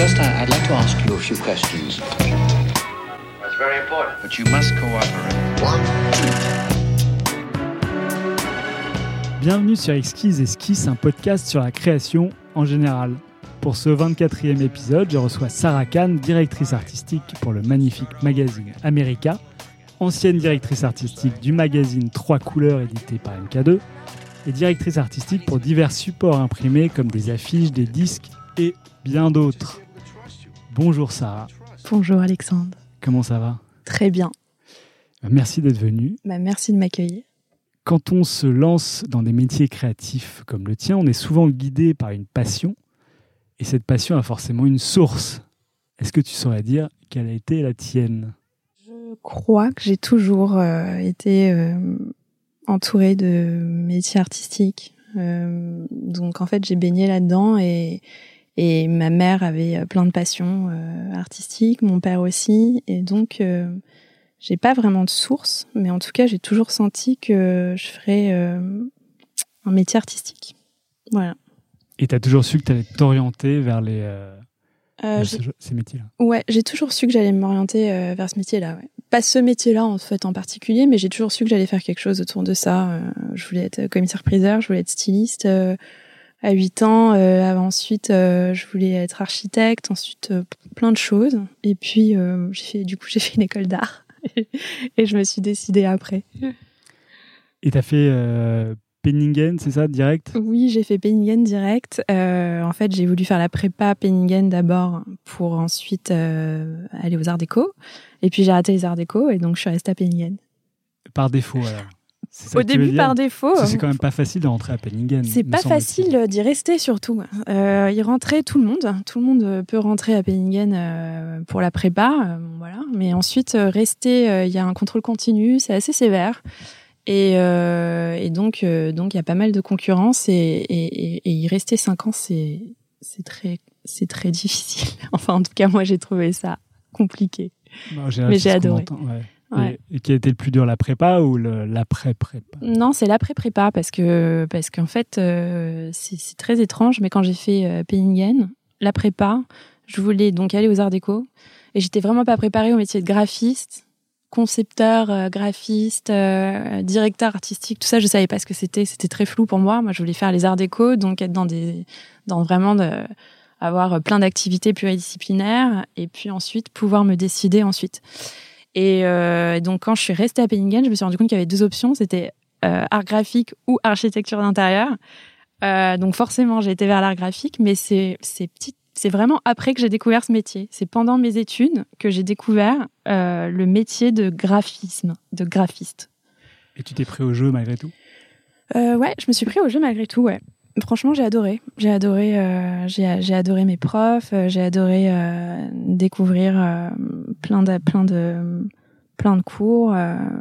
First, I'd like to ask you a few questions. That's very important. But you must cooperate. Bienvenue sur Exquise Esquisse, un podcast sur la création en général. Pour ce 24e épisode, je reçois Sarah Kahn, directrice artistique pour le magnifique magazine America, ancienne directrice artistique du magazine 3 couleurs édité par MK2 et directrice artistique pour divers supports imprimés comme des affiches, des disques et bien d'autres. Bonjour Sarah. Bonjour Alexandre. Comment ça va ? Très bien. Merci d'être venue. Merci de m'accueillir. Quand on se lance dans des métiers créatifs comme le tien, on est souvent guidé par une passion. Et cette passion a forcément une source. Est-ce que tu saurais dire quelle a été la tienne ? Je crois que j'ai toujours été entourée de métiers artistiques. Donc en fait, j'ai baigné là-dedans et ma mère avait plein de passions artistiques, mon père aussi. Et donc, j'ai pas vraiment de source, mais en tout cas, j'ai toujours senti que je ferais un métier artistique. Voilà. Et tu as toujours su que tu allais t'orienter vers ces métiers-là ? Ouais, j'ai toujours su que j'allais m'orienter vers ce métier-là. Ouais. Pas ce métier-là en fait en particulier, mais j'ai toujours su que j'allais faire quelque chose autour de ça. Je voulais être commissaire-priseur, je voulais être styliste à 8 ans. Ensuite, je voulais être architecte. Ensuite, plein de choses. Et puis, j'ai fait une école d'art et je me suis décidée après. Et tu as fait Penningen, c'est ça, direct ? Oui, j'ai fait Penningen direct. En fait, j'ai voulu faire la prépa Penningen d'abord pour ensuite aller aux Arts Déco. Et puis, j'ai raté les Arts Déco et donc je suis restée à Penningen. Par défaut, alors. Au début, par défaut. C'est quand même pas facile de rentrer à Penningen. C'est pas facile d'y rester, surtout. Y rentrer, tout le monde peut rentrer à Penningen pour la prépa, voilà. Mais ensuite, rester, il y a un contrôle continu, c'est assez sévère. Et donc, il y a pas mal de concurrence et y rester 5 ans, c'est très difficile. Enfin, en tout cas, moi, j'ai trouvé ça compliqué. Mais j'ai adoré. Ouais. Et qui a été le plus dur, la prépa ou l'après-prépa ? Non, c'est l'après-prépa parce qu'en fait, c'est très étrange. Mais quand j'ai fait Penningen, la prépa, je voulais donc aller aux Arts Déco et j'étais vraiment pas préparée au métier de graphiste, concepteur, graphiste, directeur artistique. Tout ça, je savais pas ce que c'était. C'était très flou pour moi. Moi, je voulais faire les Arts Déco, donc être avoir plein d'activités pluridisciplinaires et puis ensuite pouvoir me décider ensuite. Et donc, quand je suis restée à Penningen, je me suis rendu compte qu'il y avait 2 options. C'était art graphique ou architecture d'intérieur. Donc, forcément, j'ai été vers l'art graphique, mais c'est vraiment après que j'ai découvert ce métier. C'est pendant mes études que j'ai découvert le métier de graphisme, de graphiste. Et tu t'es pris au jeu malgré tout ? Ouais, je me suis pris au jeu malgré tout, ouais. Franchement, j'ai adoré mes profs, j'ai adoré découvrir plein de cours.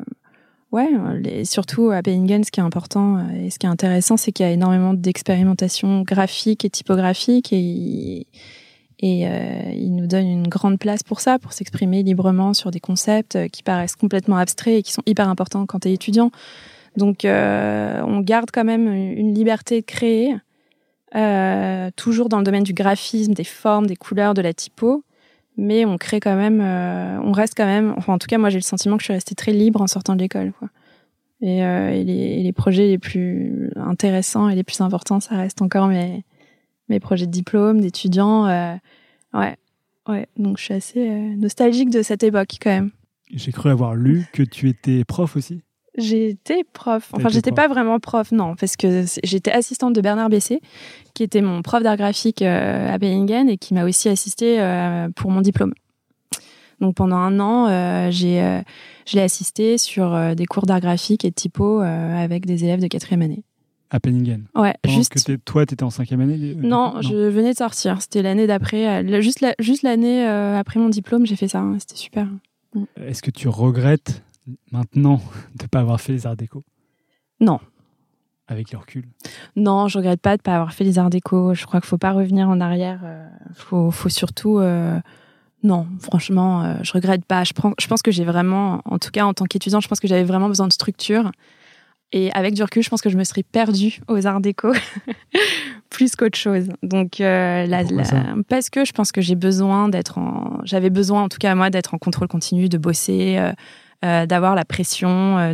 Surtout à Penningen, ce qui est important et ce qui est intéressant, c'est qu'il y a énormément d'expérimentation graphique et typographique et il nous donne une grande place pour ça, pour s'exprimer librement sur des concepts qui paraissent complètement abstraits et qui sont hyper importants quand t'es étudiant. Donc, on garde quand même une liberté de créer, toujours dans le domaine du graphisme, des formes, des couleurs, de la typo, mais on crée quand même, on reste quand même, enfin en tout cas moi j'ai le sentiment que je suis restée très libre en sortant de l'école, quoi. Et les projets les plus intéressants et les plus importants, ça reste encore mes projets de diplôme, d'étudiants, ouais. Donc je suis assez nostalgique de cette époque quand même. J'ai cru avoir lu que tu étais prof aussi. J'étais prof. Enfin, j'étais pas vraiment prof, non, parce que j'étais assistante de Bernard Bessé, qui était mon prof d'art graphique à Penningen et qui m'a aussi assistée pour mon diplôme. Donc, pendant 1 an, je l'ai assistée sur des cours d'art graphique et de typo avec des élèves de 4e année. À Penningen ? Ouais, Toi, t'étais en 5e année ? Non, je venais de sortir. C'était l'année d'après. Juste l'année après mon diplôme, j'ai fait ça. Hein. C'était super. Est-ce que tu regrettes maintenant de ne pas avoir fait les Arts Déco ? Non. Avec le recul ? Non, je regrette pas de ne pas avoir fait les Arts Déco. Je crois qu'il ne faut pas revenir en arrière. Faut surtout... Non, franchement, je regrette pas. Je pense que j'ai vraiment, en tout cas en tant qu'étudiant, je pense que j'avais vraiment besoin de structure. Et avec du recul, je pense que je me serais perdue aux arts déco plus qu'autre chose. Donc, parce que je pense que j'avais besoin, en tout cas moi, d'être en contrôle continu, de bosser, d'avoir la pression,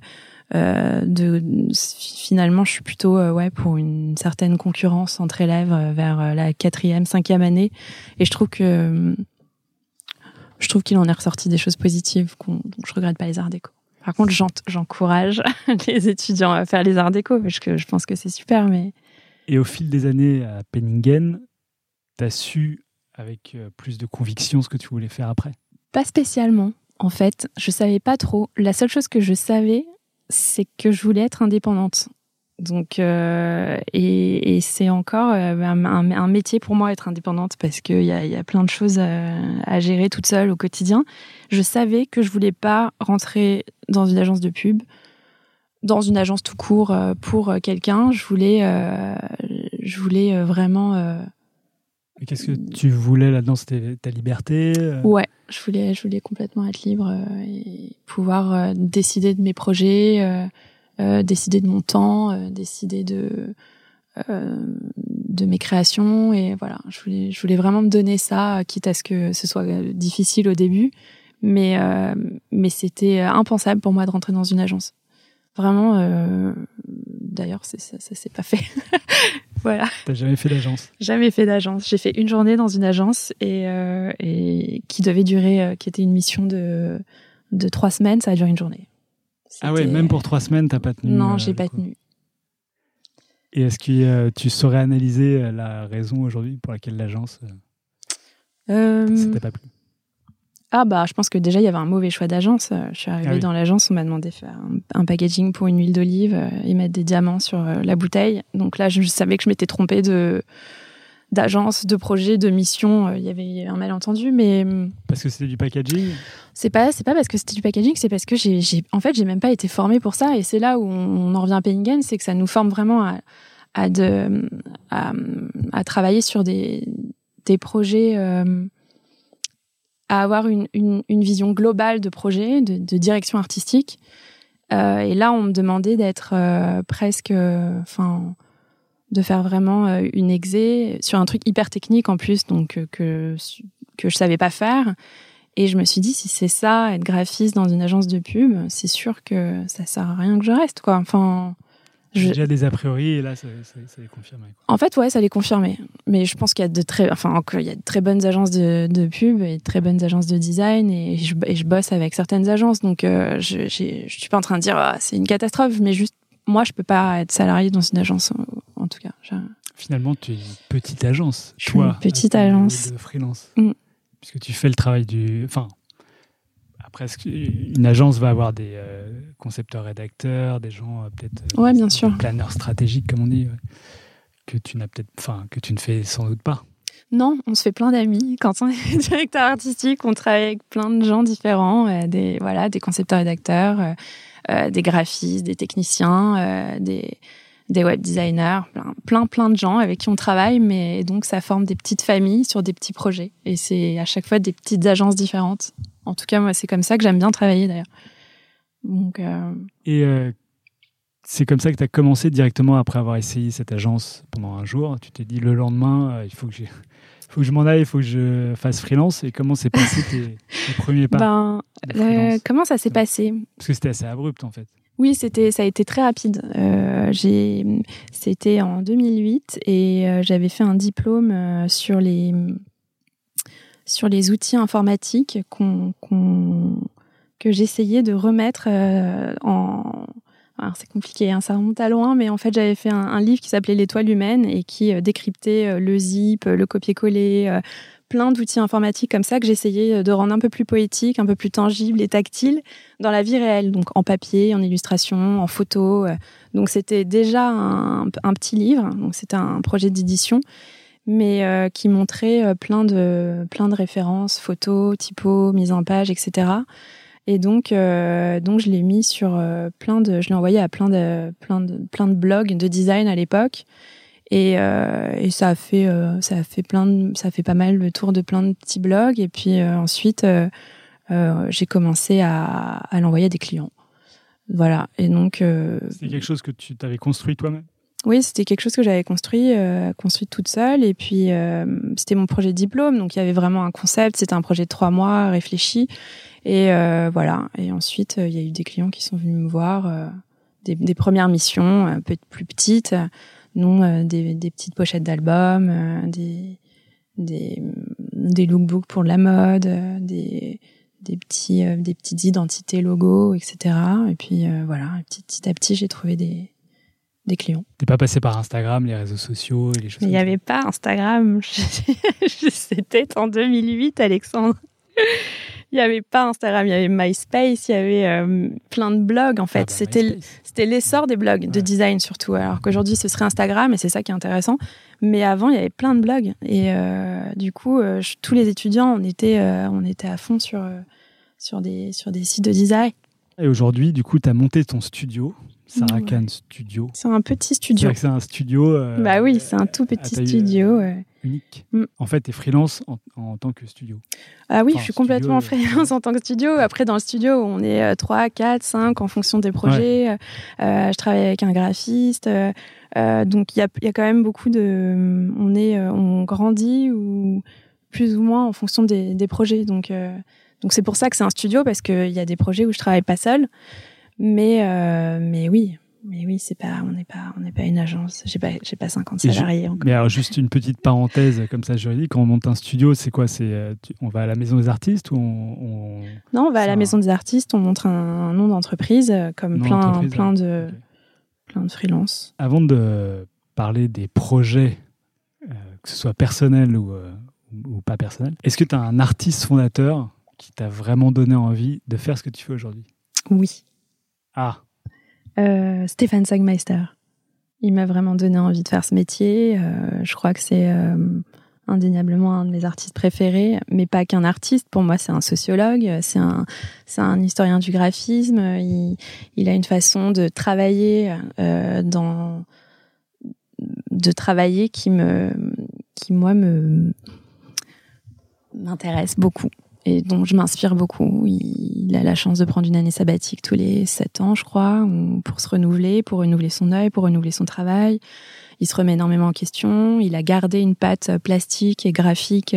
finalement, je suis plutôt pour une certaine concurrence entre élèves vers la 4e, 5e année. Et je trouve qu'il en est ressorti des choses positives, donc je regrette pas les arts déco. Par contre, j'encourage les étudiants à faire les arts déco parce que je pense que c'est super. Mais... Et au fil des années à Penningen, tu as su avec plus de conviction ce que tu voulais faire après? Pas spécialement. En fait, je savais pas trop. La seule chose que je savais, c'est que je voulais être indépendante. Donc, et c'est encore un métier pour moi, être indépendante, parce qu'il y a plein de choses à gérer toute seule au quotidien. Je savais que je voulais pas rentrer dans une agence de pub, dans une agence tout court pour quelqu'un. Je voulais vraiment... Et qu'est-ce que tu voulais là-dedans? C'était ta liberté? Ouais, je voulais complètement être libre et pouvoir décider de mes projets, décider de mon temps, décider de mes créations, et voilà, je voulais vraiment me donner ça, quitte à ce que ce soit difficile au début, mais c'était impensable pour moi de rentrer dans une agence. Vraiment, d'ailleurs, ça s'est pas fait. Voilà. T'as jamais fait d'agence? Jamais fait d'agence. J'ai fait une journée dans une agence et qui devait durer, qui était une mission de 3 semaines. Ça a duré une journée. Ah ouais, même pour 3 semaines, t'as pas tenu? Non, j'ai pas tenu. Et est-ce que tu saurais analyser la raison aujourd'hui pour laquelle l'agence ça t'a pas plu? Ah bah, je pense que déjà, il y avait un mauvais choix d'agence. Je suis arrivée dans l'agence, on m'a demandé de faire un packaging pour une huile d'olive et mettre des diamants sur la bouteille. Donc là, je savais que je m'étais trompée d'agence, de projet, de mission. Il y avait un malentendu, mais... Parce que c'était du packaging? C'est pas parce que c'était du packaging, c'est parce que j'ai même pas été formée pour ça. Et c'est là où on en revient à Penningen, c'est que ça nous forme vraiment à travailler sur des projets... à avoir une vision globale de projet, de direction artistique. Et là, on me demandait d'être presque... de faire vraiment une exé sur un truc hyper technique en plus, donc que je savais pas faire. Et je me suis dit, si c'est ça, être graphiste dans une agence de pub, c'est sûr que ça sert à rien que je reste, quoi. Enfin... J'ai déjà des a priori, et là, ça les confirmait. En fait, ouais, ça les confirmait. Mais je pense qu'il y a de très bonnes agences de pub et de très bonnes agences de design, et je bosse avec certaines agences. Donc, je suis pas en train de dire c'est une catastrophe, mais juste, moi, je peux pas être salariée dans une agence, en tout cas. Finalement, tu es une petite agence. Je suis une petite agence. De freelance. Puisque tu fais le travail Après, une agence va avoir des concepteurs-rédacteurs, des gens peut-être bien sûr. Des planeurs stratégiques, comme on dit, que tu ne fais sans doute pas. Non, on se fait plein d'amis. Quand on est directeur artistique, on travaille avec plein de gens différents, des concepteurs-rédacteurs, des graphistes, des techniciens, des web designers, plein de gens avec qui on travaille, mais donc ça forme des petites familles sur des petits projets. Et c'est à chaque fois des petites agences différentes. En tout cas, moi, c'est comme ça que j'aime bien travailler, d'ailleurs. Donc, Et c'est comme ça que tu as commencé directement après avoir essayé cette agence pendant un jour. Tu t'es dit le lendemain, il faut que je m'en aille, il faut que je fasse freelance. Et comment s'est passé tes premiers pas? Comment ça s'est passé? Parce que c'était assez abrupt, en fait. Oui, ça a été très rapide. C'était en 2008 et j'avais fait un diplôme sur les outils informatiques que j'essayais de remettre Alors c'est compliqué, ça remonte à loin, mais en fait j'avais fait un livre qui s'appelait L'étoile humaine et qui décryptait le zip, le copier-coller, plein d'outils informatiques comme ça que j'essayais de rendre un peu plus poétique, un peu plus tangible et tactile dans la vie réelle, donc en papier, en illustration, en photo. Donc c'était déjà un petit livre, donc c'était un projet d'édition, mais qui montrait plein de références, photos, typos, mise en page, etc. Et donc je l'ai mis sur je l'ai envoyé à plein de blogs de design à l'époque. Et ça a fait pas mal le tour de plein de petits blogs. Et puis ensuite, j'ai commencé à l'envoyer à des clients. Voilà. Et donc. C'est quelque chose que tu t'avais construit toi-même? Oui, c'était quelque chose que j'avais construit toute seule. Et puis, c'était mon projet de diplôme. Donc, il y avait vraiment un concept. C'était un projet de 3 mois, réfléchi. Et voilà. Et ensuite, il y a eu des clients qui sont venus me voir, des premières missions, un peu plus petites, des petites pochettes d'albums, des lookbooks pour de la mode, des petites identités logos, etc. Et puis, voilà. Et petit à petit, j'ai trouvé des clients. T'es pas passé par Instagram, les réseaux sociaux et les choses? Mais il n'y avait pas Instagram. C'était en 2008, Alexandre. Il n'y avait pas Instagram, il y avait MySpace, il y avait plein de blogs en fait. C'était l'essor des blogs, de design surtout. Alors qu'aujourd'hui, ce serait Instagram et c'est ça qui est intéressant. Mais avant, il y avait plein de blogs. Et du coup, tous les étudiants, on était à fond sur des sites de design. Et aujourd'hui, du coup, tu as monté ton studio. Sarakan Studio. C'est un petit studio. C'est vrai que c'est un studio. Bah oui, c'est un tout petit studio. Unique. En fait, tu es freelance en tant que studio. Ah oui, je suis complètement freelance en tant que studio. Après, dans le studio, on est 3, 4, 5 en fonction des projets. Ouais. Je travaille avec un graphiste. Donc, il y a quand même beaucoup de. On grandit ou plus ou moins en fonction des projets. Donc, c'est pour ça que c'est un studio, parce qu'il y a des projets où je travaille pas seule. Mais oui, on n'est pas une agence. J'ai pas 50 salariés encore. Mais alors, juste une petite parenthèse comme ça juridique, quand on monte un studio, c'est quoi? On va à la maison des artistes ou Non, on va à la maison des artistes, on montre un nom d'entreprise comme plein de freelance. Avant de parler des projets, que ce soit personnel ou pas personnel, est-ce que tu as un artiste fondateur qui t'a vraiment donné envie de faire ce que tu fais aujourd'hui? Oui. Ah. Stefan Sagmeister. Il m'a vraiment donné envie de faire ce métier. Je crois que c'est indéniablement un de mes artistes préférés, mais pas qu'un artiste. Pour moi, c'est un sociologue, c'est un historien du graphisme. Il a une façon de travailler qui m'intéresse beaucoup et dont je m'inspire beaucoup. Il a la chance de prendre une année sabbatique tous les 7 ans, je crois, pour se renouveler, pour renouveler son œil, pour renouveler son travail. Il se remet énormément en question. Il a gardé une patte plastique et graphique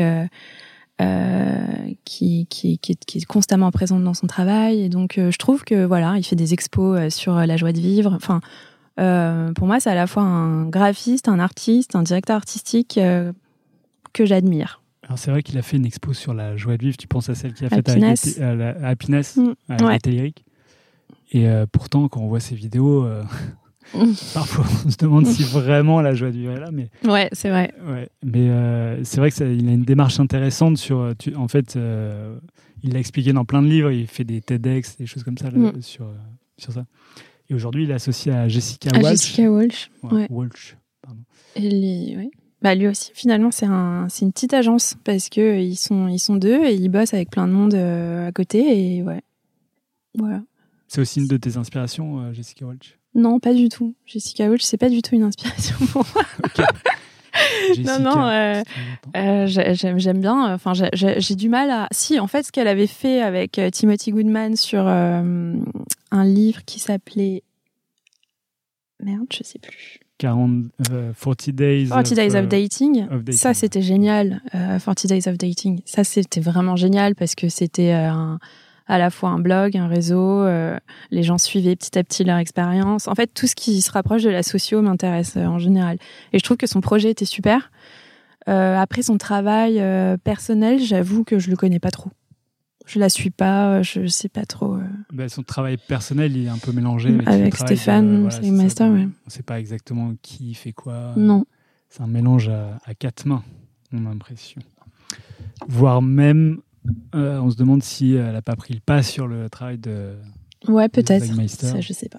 qui est constamment présente dans son travail. Et donc, je trouve que voilà, il fait des expos sur la joie de vivre. Enfin, pour moi, c'est à la fois un graphiste, un artiste, un directeur artistique que j'admire. Alors c'est vrai qu'il a fait une expo sur la joie de vivre. Tu penses à celle qu'il a faite à Happiness, avec Gaieté Lyrique. Et pourtant, quand on voit ces vidéos, parfois on se demande si vraiment la joie de vivre est là. Mais ouais, c'est vrai. Ouais, mais c'est vrai qu'il a une démarche intéressante sur. En fait, il l'a expliqué dans plein de livres. Il fait des TEDx, des choses comme ça là, sur ça. Et aujourd'hui, il est associé à Jessica Walsh. Jessica Walsh. Ouais. Walsh, pardon. Ouais. Bah lui aussi, finalement, c'est une petite agence parce que ils sont 2 et ils bossent avec plein de monde à côté et ouais, voilà. C'est aussi une de tes inspirations, Jessica Walsh? Non, pas du tout. Jessica Walsh, c'est pas du tout une inspiration pour moi. Okay. Jessica, j'aime bien. Enfin, j'ai du mal à. Si, en fait, ce qu'elle avait fait avec Timothy Goodman sur un livre qui s'appelait. Merde, je sais plus. 40 Days of Dating. Ça, c'était génial. 40 Days of Dating. Ça, c'était vraiment génial parce que c'était à la fois un blog, un réseau. Les gens suivaient petit à petit leur expérience. En fait, tout ce qui se rapproche de la socio m'intéresse en général. Et je trouve que son projet était super. Après, son travail personnel, j'avoue que je le connais pas trop. Je la suis pas, je sais pas trop. Son travail personnel, il est un peu mélangé avec Stéphane Sagmeister, ouais. On sait pas exactement qui fait quoi. Non. C'est un mélange à 4 mains, on a l'impression. Voire même, on se demande si elle a pas pris le pas sur le travail de. Ouais, peut-être. Ça, je sais pas.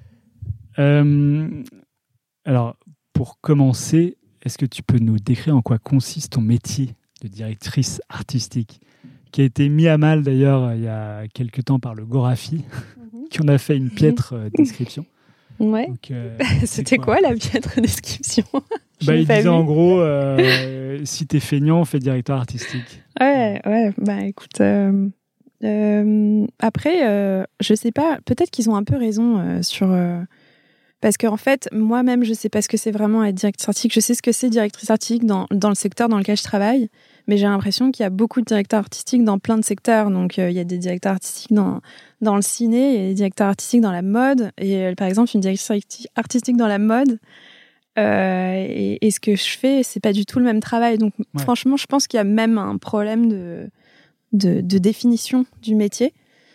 Alors, pour commencer, est-ce que tu peux nous décrire en quoi consiste ton métier de directrice artistique, qui a été mis à mal d'ailleurs il y a quelques temps par le Gorafi, qui en a fait une piètre description. Ouais. Donc, c'était quoi la piètre description? Il disait en gros, si t'es feignant, fais directeur artistique. Ouais. Bah écoute, Après, je sais pas, peut-être qu'ils ont un peu raison sur... parce qu'en fait, moi-même, je sais pas ce que c'est vraiment être directrice artistique. Je sais ce que c'est directrice artistique dans le secteur dans lequel je travaille, mais j'ai l'impression qu'il y a beaucoup de directeurs artistiques dans plein de secteurs. Donc, il y a des directeurs artistiques dans le ciné, il y a des directeurs artistiques dans la mode. Et par exemple, une directrice artistique dans la mode, et ce que je fais, c'est pas du tout le même travail. Donc, franchement, je pense qu'il y a même un problème de définition du métier.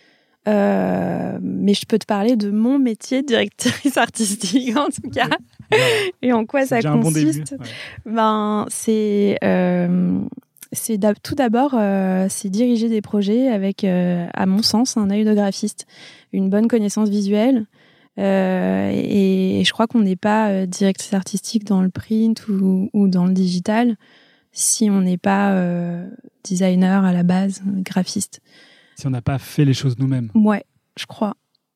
Mais je peux te parler de mon métier de directrice artistique en tout cas. Et en quoi ça consiste. Ben c'est tout d'abord c'est diriger des projets avec à mon sens un œil de graphiste, une bonne connaissance visuelle, et je crois qu'on n'est pas directrice artistique dans le print ou dans le digital si on n'est pas designer à la base, graphiste. Si on n'a pas fait les choses nous-mêmes. Ouais, je crois.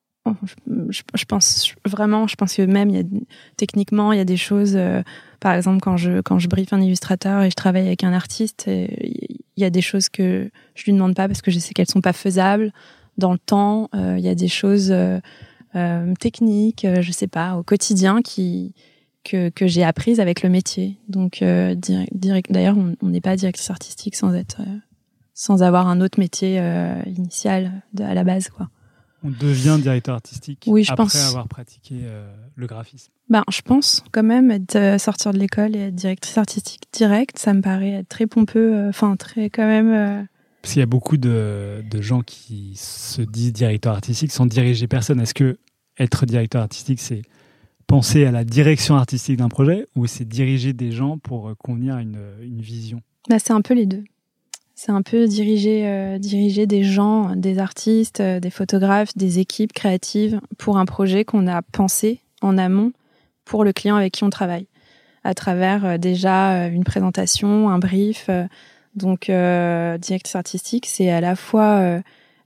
Je pense vraiment, je pense que même techniquement, il y a des choses. Par exemple, quand je briefe un illustrateur et je travaille avec un artiste, il y a des choses que je lui demande pas parce que je sais qu'elles sont pas faisables dans le temps. Il y a des choses techniques, je sais pas, au quotidien que j'ai apprises avec le métier. Donc, d'ailleurs, on n'est pas directrice artistique sans avoir un autre métier initial à la base, quoi. On devient directeur artistique après avoir pratiqué le graphisme. Ben, je pense quand même sortir de l'école et être directrice artistique directe, ça me paraît être très pompeux, très quand même... Parce qu'il y a beaucoup de gens qui se disent directeur artistique sans diriger personne. Est-ce que être directeur artistique, c'est penser à la direction artistique d'un projet ou c'est diriger des gens pour convenir à une vision ? Ben, c'est un peu les deux. C'est un peu diriger des gens, des artistes, des photographes, des équipes créatives pour un projet qu'on a pensé en amont pour le client avec qui on travaille, à travers déjà une présentation, un brief. Donc, directrice artistique, c'est à la fois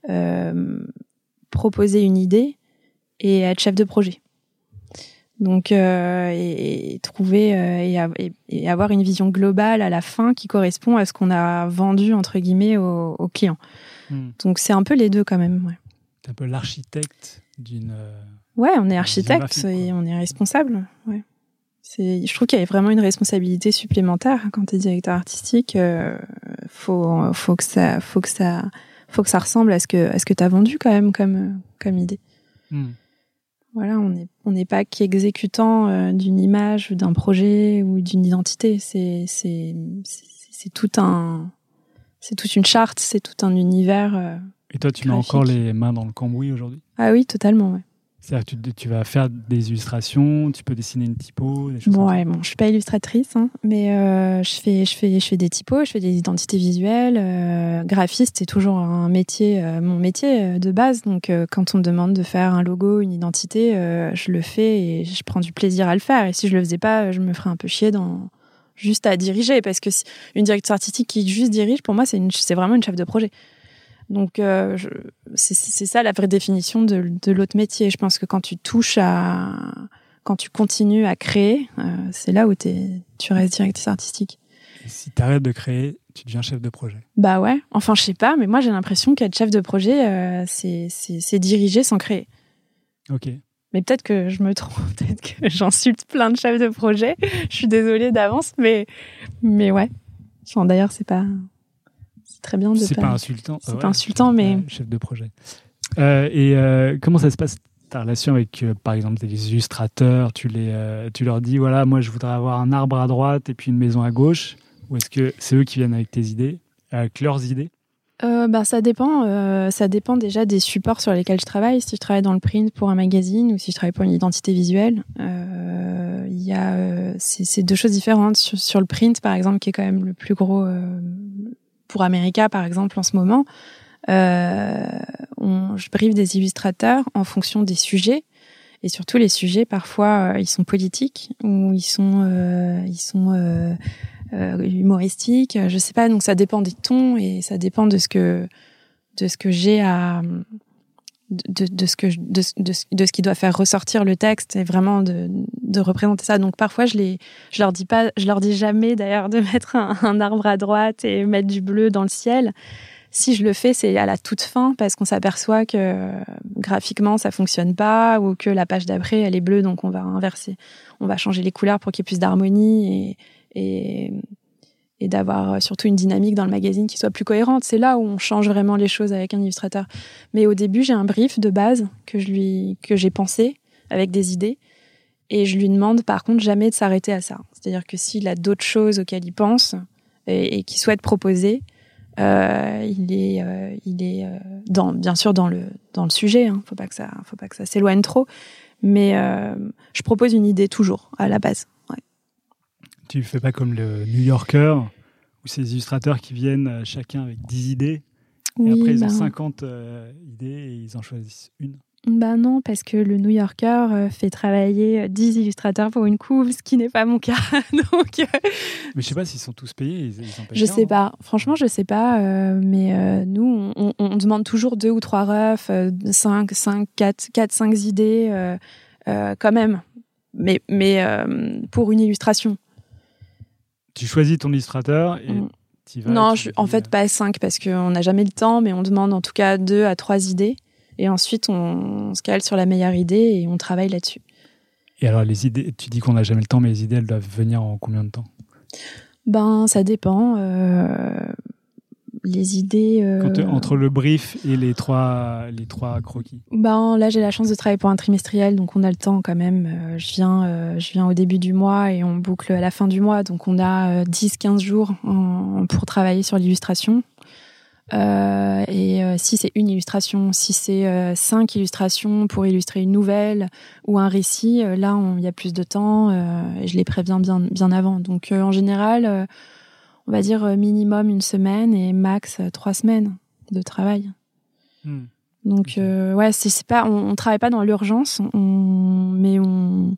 proposer une idée et être chef de projet. Donc, et trouver et avoir une vision globale à la fin qui correspond à ce qu'on a vendu entre guillemets au client. Donc c'est un peu les deux quand même. Ouais. C'est un peu l'architecte d'une. Ouais, on est architecte et on est responsable. Ouais. Je trouve qu'il y a vraiment une responsabilité supplémentaire quand tu es directeur artistique. Faut que ça ressemble à ce que tu as vendu quand même comme idée. Voilà, on n'est pas qu'exécutant d'une image, d'un projet ou d'une identité. C'est toute une charte, c'est tout un univers. Et toi, tu mets encore les mains dans le cambouis aujourd'hui ? Ah oui, totalement, ouais. C'est-à-dire que tu vas faire des illustrations, tu peux dessiner une typo, des choses comme ça. Bon, je suis pas illustratrice, mais je fais des typos, je fais des identités visuelles. Graphiste, c'est toujours mon métier de base. Donc, quand on me demande de faire un logo, une identité, je le fais et je prends du plaisir à le faire. Et si je le faisais pas, je me ferais un peu chier juste à diriger, parce que une directrice artistique qui juste dirige, pour moi, c'est vraiment une chef de projet. Donc, c'est ça la vraie définition de l'autre métier. Je pense que quand tu continues à créer, c'est là où tu restes directrice artistique. Et si tu arrêtes de créer, tu deviens chef de projet. Bah ouais. Enfin, je sais pas, mais moi j'ai l'impression qu'être chef de projet, c'est diriger sans créer. Ok. Mais peut-être que je me trompe, peut-être que j'insulte plein de chefs de projet. Je suis désolée d'avance, mais ouais. Enfin, d'ailleurs, c'est très bien de c'est pas insultant. C'est pas insultant, mais chef de projet. Comment ça se passe ta relation avec, par exemple, des illustrateurs ? Tu leur dis, voilà, moi je voudrais avoir un arbre à droite et puis une maison à gauche. Ou est-ce que c'est eux qui viennent avec tes idées, avec leurs idées ? Ça dépend déjà des supports sur lesquels je travaille. Si je travaille dans le print pour un magazine ou si je travaille pour une identité visuelle, c'est deux choses différentes. Sur le print, par exemple, qui est quand même le plus gros pour America, par exemple, en ce moment, je briefe des illustrateurs en fonction des sujets. Et surtout, les sujets, parfois, ils sont politiques ou ils sont humoristiques. Je sais pas. Donc, ça dépend des tons et ça dépend de ce que j'ai à de ce qui doit faire ressortir le texte et vraiment de représenter ça. Donc parfois je leur dis jamais d'ailleurs de mettre un arbre à droite et mettre du bleu dans le ciel. Si je le fais, c'est à la toute fin parce qu'on s'aperçoit que graphiquement ça fonctionne pas ou que la page d'après elle est bleue, donc on va inverser, on va changer les couleurs pour qu'il y ait plus d'harmonie et d'avoir surtout une dynamique dans le magazine qui soit plus cohérente. C'est là où on change vraiment les choses avec un illustrateur. Mais au début, j'ai un brief de base que j'ai pensé avec des idées et je lui demande par contre jamais de s'arrêter à ça. C'est-à-dire que s'il a d'autres choses auxquelles il pense et qu'il souhaite proposer, il est bien sûr dans le sujet, hein. Faut pas que ça s'éloigne trop, mais je propose une idée toujours à la base. Ouais. Tu fais pas comme le New Yorker ou ces illustrateurs qui viennent chacun avec 10 idées et après ils ont 50 idées et ils en choisissent une. Bah non, parce que le New Yorker fait travailler 10 illustrateurs pour une couve, ce qui n'est pas mon cas. Donc, mais je sais pas s'ils sont tous payés. Ils en payent je sais pas. Franchement, je sais pas. Mais nous, on demande toujours 2 ou 3 refs, 4, 5 idées quand même. Mais pour une illustration. Tu choisis ton illustrateur et tu vas... Non, en fait, pas 5 parce qu'on n'a jamais le temps, mais on demande en tout cas 2 à 3 idées. Et ensuite, on se cale sur la meilleure idée et on travaille là-dessus. Et alors, les idées, tu dis qu'on n'a jamais le temps, mais les idées, elles doivent venir en combien de temps ? Ben, ça dépend. Les idées... Entre le brief et les trois croquis. Ben, là, j'ai la chance de travailler pour un trimestriel, donc on a le temps quand même. Je viens au début du mois et on boucle à la fin du mois. Donc, on a 10-15 jours pour travailler sur l'illustration. Si c'est une illustration, si c'est 5 illustrations pour illustrer une nouvelle ou un récit, là il y a plus de temps et je les préviens bien avant. Donc en général, on va dire minimum 1 semaine et max 3 semaines de travail. Donc ouais, c'est pas, on travaille pas dans l'urgence, mais on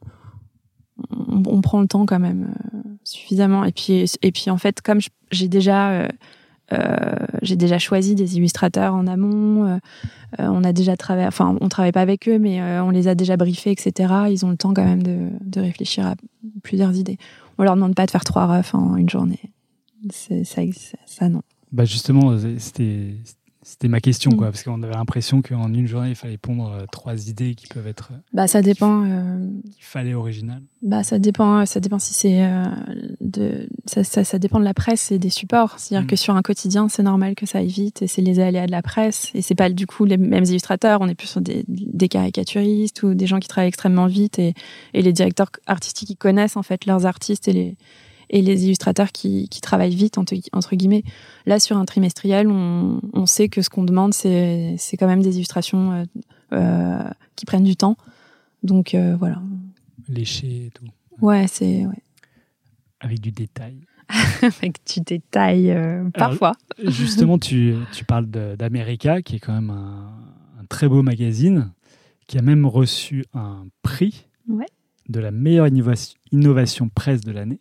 prend le temps quand même suffisamment. Et puis en fait, comme j'ai déjà choisi des illustrateurs en amont. On a déjà travaillé, enfin, on travaille pas avec eux, mais on les a déjà briefés, etc. Ils ont le temps quand même de réfléchir à plusieurs idées. On leur demande pas de faire 3 refs en une journée. Ça non. Bah justement, c'était ma question, quoi, parce qu'on avait l'impression qu'en une journée, il fallait pondre 3 idées qui peuvent être. Bah ça dépend. Il fallait original. Bah ça dépend si c'est ça dépend de la presse et des supports. C'est-à-dire que sur un quotidien, c'est normal que ça aille vite et c'est les aléas de la presse et c'est pas du coup les mêmes illustrateurs. On est plus sur des caricaturistes ou des gens qui travaillent extrêmement vite et les directeurs artistiques qui connaissent en fait leurs artistes et les illustrateurs qui travaillent vite, entre guillemets. Là, sur un trimestriel, on sait que ce qu'on demande, c'est quand même des illustrations qui prennent du temps. Donc, voilà. Léché et tout. Ouais, c'est... Ouais. Avec du détail. Avec du détail, parfois. Alors, justement, tu parles d'America, qui est quand même un très beau magazine, qui a même reçu un prix de la meilleure innovation presse de l'année.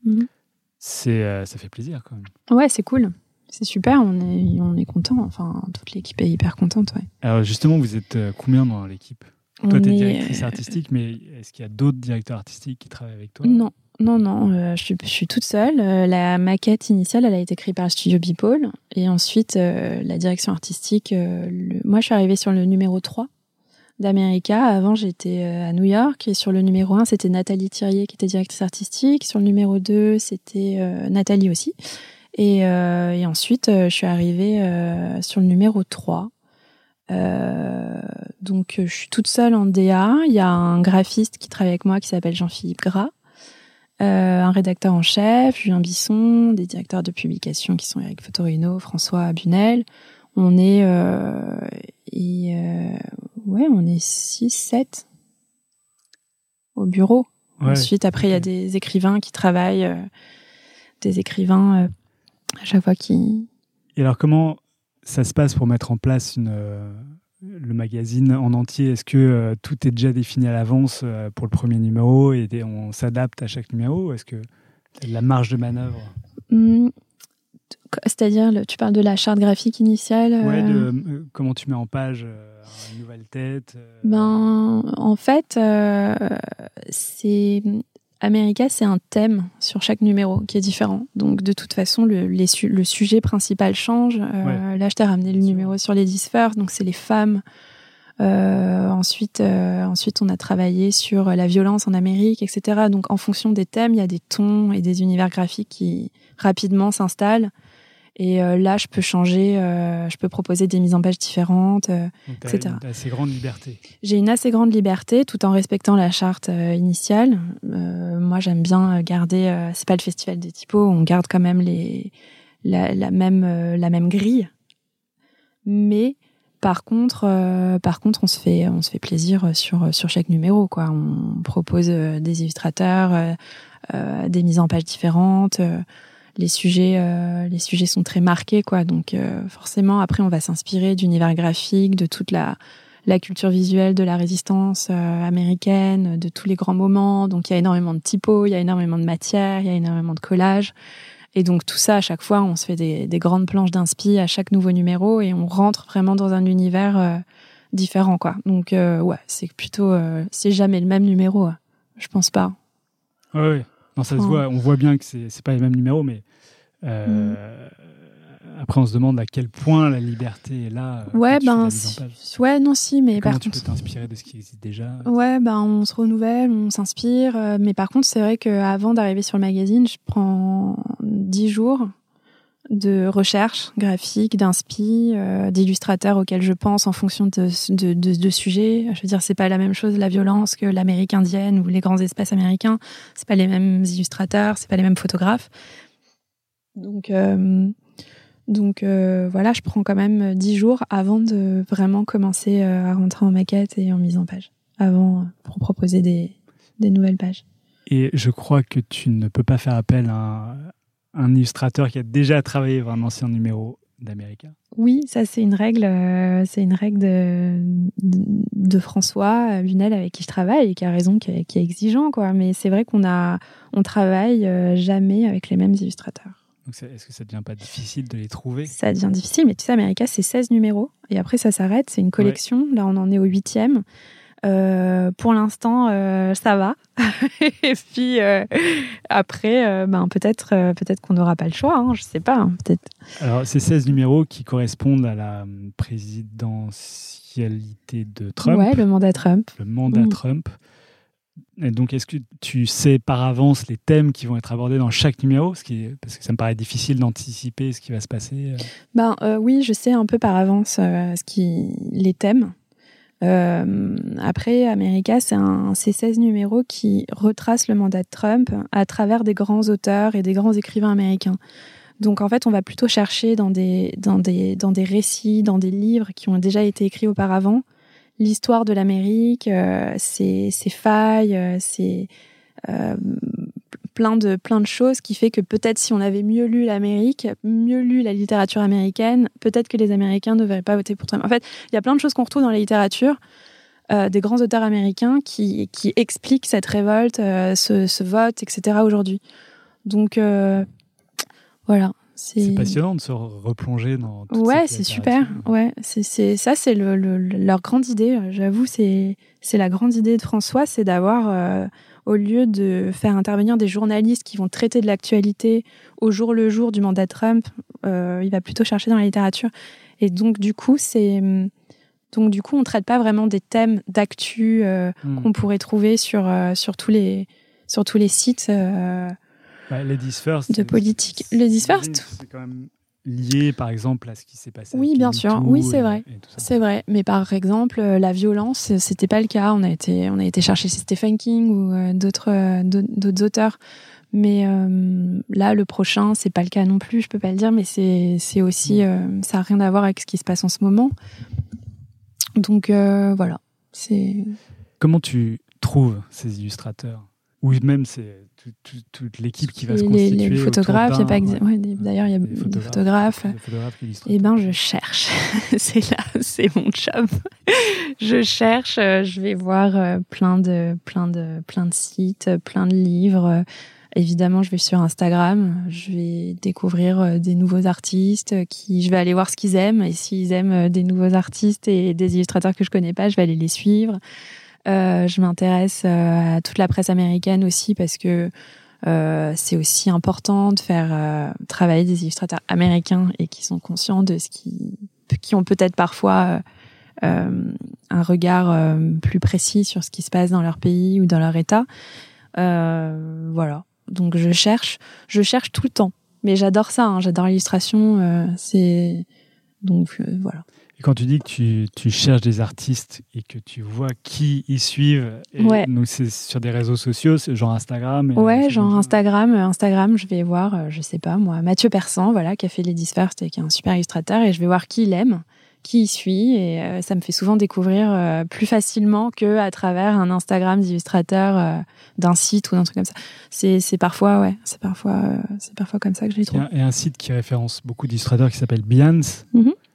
Ça fait plaisir quand même. Ouais, c'est cool. C'est super, on est content. Enfin, toute l'équipe est hyper contente. Ouais. Alors justement, vous êtes combien dans l'équipe ? Toi, tu es directrice artistique, mais est-ce qu'il y a d'autres directeurs artistiques qui travaillent avec toi ? Non. Je suis toute seule. La maquette initiale, elle a été créée par le studio Bipole. Et ensuite, la direction artistique... Moi, je suis arrivée sur le numéro 3 d'America. Avant, j'étais à New York. Et sur le numéro 1, c'était Nathalie Thirier qui était directrice artistique. Sur le numéro 2, c'était Nathalie aussi. Et ensuite, je suis arrivée sur le numéro 3. Donc, je suis toute seule en DA. Il y a un graphiste qui travaille avec moi qui s'appelle Jean-Philippe Gras. Un rédacteur en chef, Julien Bisson, des directeurs de publication qui sont Eric Fotorino, François Bunel. On est 6-7 au bureau. Ouais, ensuite, après, il y a des écrivains qui travaillent, à chaque fois qui... Et alors, comment ça se passe pour mettre en place le magazine en entier? Est-ce que tout est déjà défini à l'avance pour le premier numéro et on s'adapte à chaque numéro? Est-ce que tu as de la marge de manœuvre? C'est-à-dire, tu parles de la charte graphique initiale? Comment tu mets en page une nouvelle tête? En fait, c'est America, c'est un thème sur chaque numéro qui est différent. Donc, de toute façon, le sujet principal change. Là, je t'ai ramené le numéro sur Ladies First, donc c'est les femmes. Ensuite, on a travaillé sur la violence en Amérique, etc. Donc, en fonction des thèmes, il y a des tons et des univers graphiques qui rapidement s'installent. Et là, je peux changer, je peux proposer des mises en page différentes, etc. Donc, tu as une assez grande liberté. J'ai une assez grande liberté, tout en respectant la charte initiale. Moi, j'aime bien garder. C'est pas le festival des typos, on garde quand même la même grille. Mais par contre, on se fait plaisir sur chaque numéro, quoi. On propose des illustrateurs, des mises en page différentes. Les sujets sont très marqués, quoi. Donc forcément, après, on va s'inspirer d'univers graphiques, de toute la culture visuelle de la résistance américaine, de tous les grands moments. Donc il y a énormément de typos, il y a énormément de matière, il y a énormément de collages. Et donc tout ça, à chaque fois, on se fait des grandes planches d'inspi à chaque nouveau numéro et on rentre vraiment dans un univers différent, quoi. Donc ouais, c'est plutôt c'est jamais le même numéro, je pense pas. Ouais. Non, ça se voit, on voit bien que c'est pas les mêmes numéros, mais après on se demande à quel point la liberté est là. Ouais, non, mais comment par tu contre, peux t'inspirer de ce qui existe déjà? Ouais, on se renouvelle, on s'inspire, mais par contre, c'est vrai qu'avant d'arriver sur le magazine, je prends 10 jours de recherche graphique, d'inspi, d'illustrateurs auxquels je pense en fonction de sujets. Je veux dire, c'est pas la même chose la violence que l'Amérique indienne ou les grands espaces américains. C'est pas les mêmes illustrateurs, c'est pas les mêmes photographes. Donc voilà, je prends quand même 10 jours avant de vraiment commencer à rentrer en maquette et en mise en page, avant pour proposer des nouvelles pages. Et je crois que tu ne peux pas faire appel à un illustrateur qui a déjà travaillé sur un ancien numéro d'America. Oui, ça c'est une règle de François Lunel avec qui je travaille et qui a raison, qui est exigeant, quoi. Mais c'est vrai qu'on travaille jamais avec les mêmes illustrateurs. Donc est-ce que ça devient pas difficile de les trouver? Ça devient difficile, mais tu sais, America, c'est 16 numéros et après ça s'arrête, c'est une collection. Ouais. Là, on en est au 8e. Pour l'instant, ça va. Et puis après, peut-être qu'on n'aura pas le choix. Hein, je sais pas. Hein, peut-être. Alors, ces 16 numéros qui correspondent à la présidentialité de Trump. Ouais, le mandat Trump. Le mandat Trump. Et donc, est-ce que tu sais par avance les thèmes qui vont être abordés dans chaque numéro? Parce que ça me paraît difficile d'anticiper ce qui va se passer. Oui, je sais un peu par avance les thèmes. Après, America, c'est 16 numéros qui retracent le mandat de Trump à travers des grands auteurs et des grands écrivains américains. Donc, en fait, on va plutôt chercher dans des récits, dans des livres qui ont déjà été écrits auparavant, l'histoire de l'Amérique, ses failles, plein de choses qui fait que peut-être si on avait mieux lu l'Amérique, mieux lu la littérature américaine, peut-être que les Américains ne devraient pas voter pour Trump. En fait, il y a plein de choses qu'on retrouve dans la littérature, des grands auteurs américains qui expliquent cette révolte, ce vote, etc. aujourd'hui. Donc, voilà. C'est passionnant de se replonger dans toute ouais, c'est super. Ouais, c'est leur grande idée. J'avoue, c'est la grande idée de François, c'est d'avoir... au lieu de faire intervenir des journalistes qui vont traiter de l'actualité au jour le jour du mandat Trump, il va plutôt chercher dans la littérature. Et donc, du coup, on ne traite pas vraiment des thèmes d'actu qu'on pourrait trouver sur tous les sites Ladies First, de politique. Ladies First, c'est quand même lié, par exemple, à ce qui s'est passé. Oui, bien sûr. Oui, c'est vrai. C'est vrai. Mais par exemple, la violence, c'était pas le cas. On a été chercher chez Stephen King ou d'autres auteurs. Mais là, le prochain, c'est pas le cas non plus. Je peux pas le dire, mais c'est aussi, ça a rien à voir avec ce qui se passe en ce moment. Donc voilà. Comment tu trouves ces illustrateurs? Ou même c'est toute l'équipe qui va se constituer. Les photographes, d'ailleurs il y a des photographes. Eh ben je cherche, c'est mon job. Je cherche, je vais voir plein de sites, plein de livres. Évidemment, je vais sur Instagram, je vais découvrir des nouveaux artistes je vais aller voir ce qu'ils aiment, et s'ils aiment des nouveaux artistes et des illustrateurs que je connais pas, je vais aller les suivre. Je m'intéresse à toute la presse américaine aussi parce que c'est aussi important de faire travailler des illustrateurs américains et qui sont conscients de qui ont peut-être parfois un regard plus précis sur ce qui se passe dans leur pays ou dans leur état. Voilà. Donc je cherche tout le temps. Mais j'adore ça, hein, j'adore l'illustration. Voilà. Et quand tu dis que tu cherches des artistes et que tu vois qui ils suivent, donc c'est sur des réseaux sociaux, genre Instagram. Genre Instagram, je vais voir, je sais pas moi, Mathieu Persan, voilà, qui a fait Ladies First et qui est un super illustrateur, et je vais voir qui il aime, qui il suit, et ça me fait souvent découvrir plus facilement que à travers un Instagram d'illustrateur d'un site ou d'un truc comme ça. C'est parfois comme ça que je les trouve. Il y a un site qui référence beaucoup d'illustrateurs qui s'appelle Behance.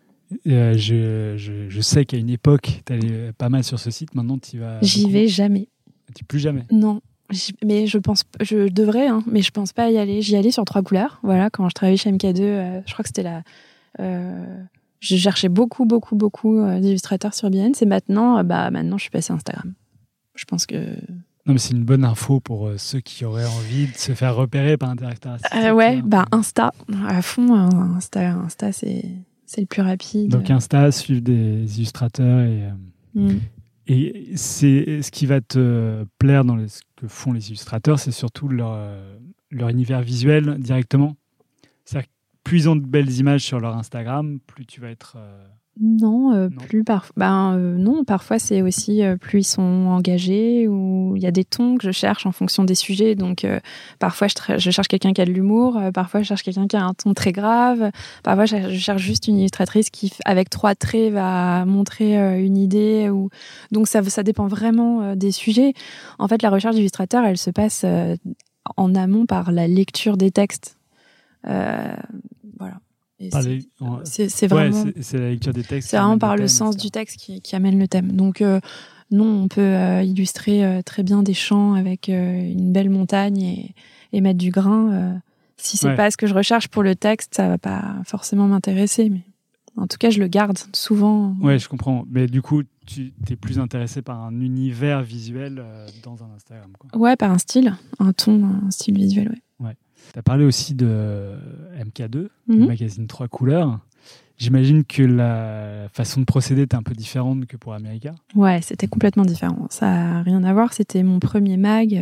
Je sais qu'à une époque, tu allais pas mal sur ce site. Maintenant, tu vas. J'y vais jamais. Plus jamais. Non. Mais je devrais, hein, mais je pense pas y aller. J'y allais sur 3 couleurs. Voilà, quand je travaillais chez MK2, je crois que c'était je cherchais beaucoup d'illustrateurs sur Behance, et maintenant, je suis passée à Instagram. Je pense que. Non, mais c'est une bonne info pour ceux qui auraient envie de se faire repérer par un directeur artistique. Insta, à fond. Insta, c'est le plus rapide. Donc Insta, suivre des illustrateurs et c'est ce qui va te plaire dans ce que font les illustrateurs, c'est surtout leur univers visuel directement. C'est-à-dire que plus ils ont de belles images sur leur Instagram, plus tu vas être... Non. Parfois c'est aussi plus ils sont engagés, ou il y a des tons que je cherche en fonction des sujets. Donc parfois je cherche quelqu'un qui a de l'humour, parfois je cherche quelqu'un qui a un ton très grave, parfois je cherche juste une illustratrice qui avec 3 traits va montrer une idée. Donc ça dépend vraiment des sujets. En fait, la recherche d'illustrateur, elle se passe en amont par la lecture des textes. Voilà. C'est vraiment c'est la lecture des textes. C'est vraiment par le sens du texte qui amène le thème. Donc non, on peut illustrer très bien des champs avec une belle montagne et mettre du grain. Si c'est pas ce que je recherche pour le texte, ça va pas forcément m'intéresser. Mais en tout cas, je le garde souvent. Ouais, je comprends. Mais du coup, tu es plus intéressé par un univers visuel dans un Instagram, quoi. Ouais, par un style, un ton, un style visuel, ouais. Tu as parlé aussi de MK2, le magazine 3 couleurs. J'imagine que la façon de procéder était un peu différente que pour America. Ouais, c'était complètement différent. Ça n'a rien à voir. C'était mon premier mag.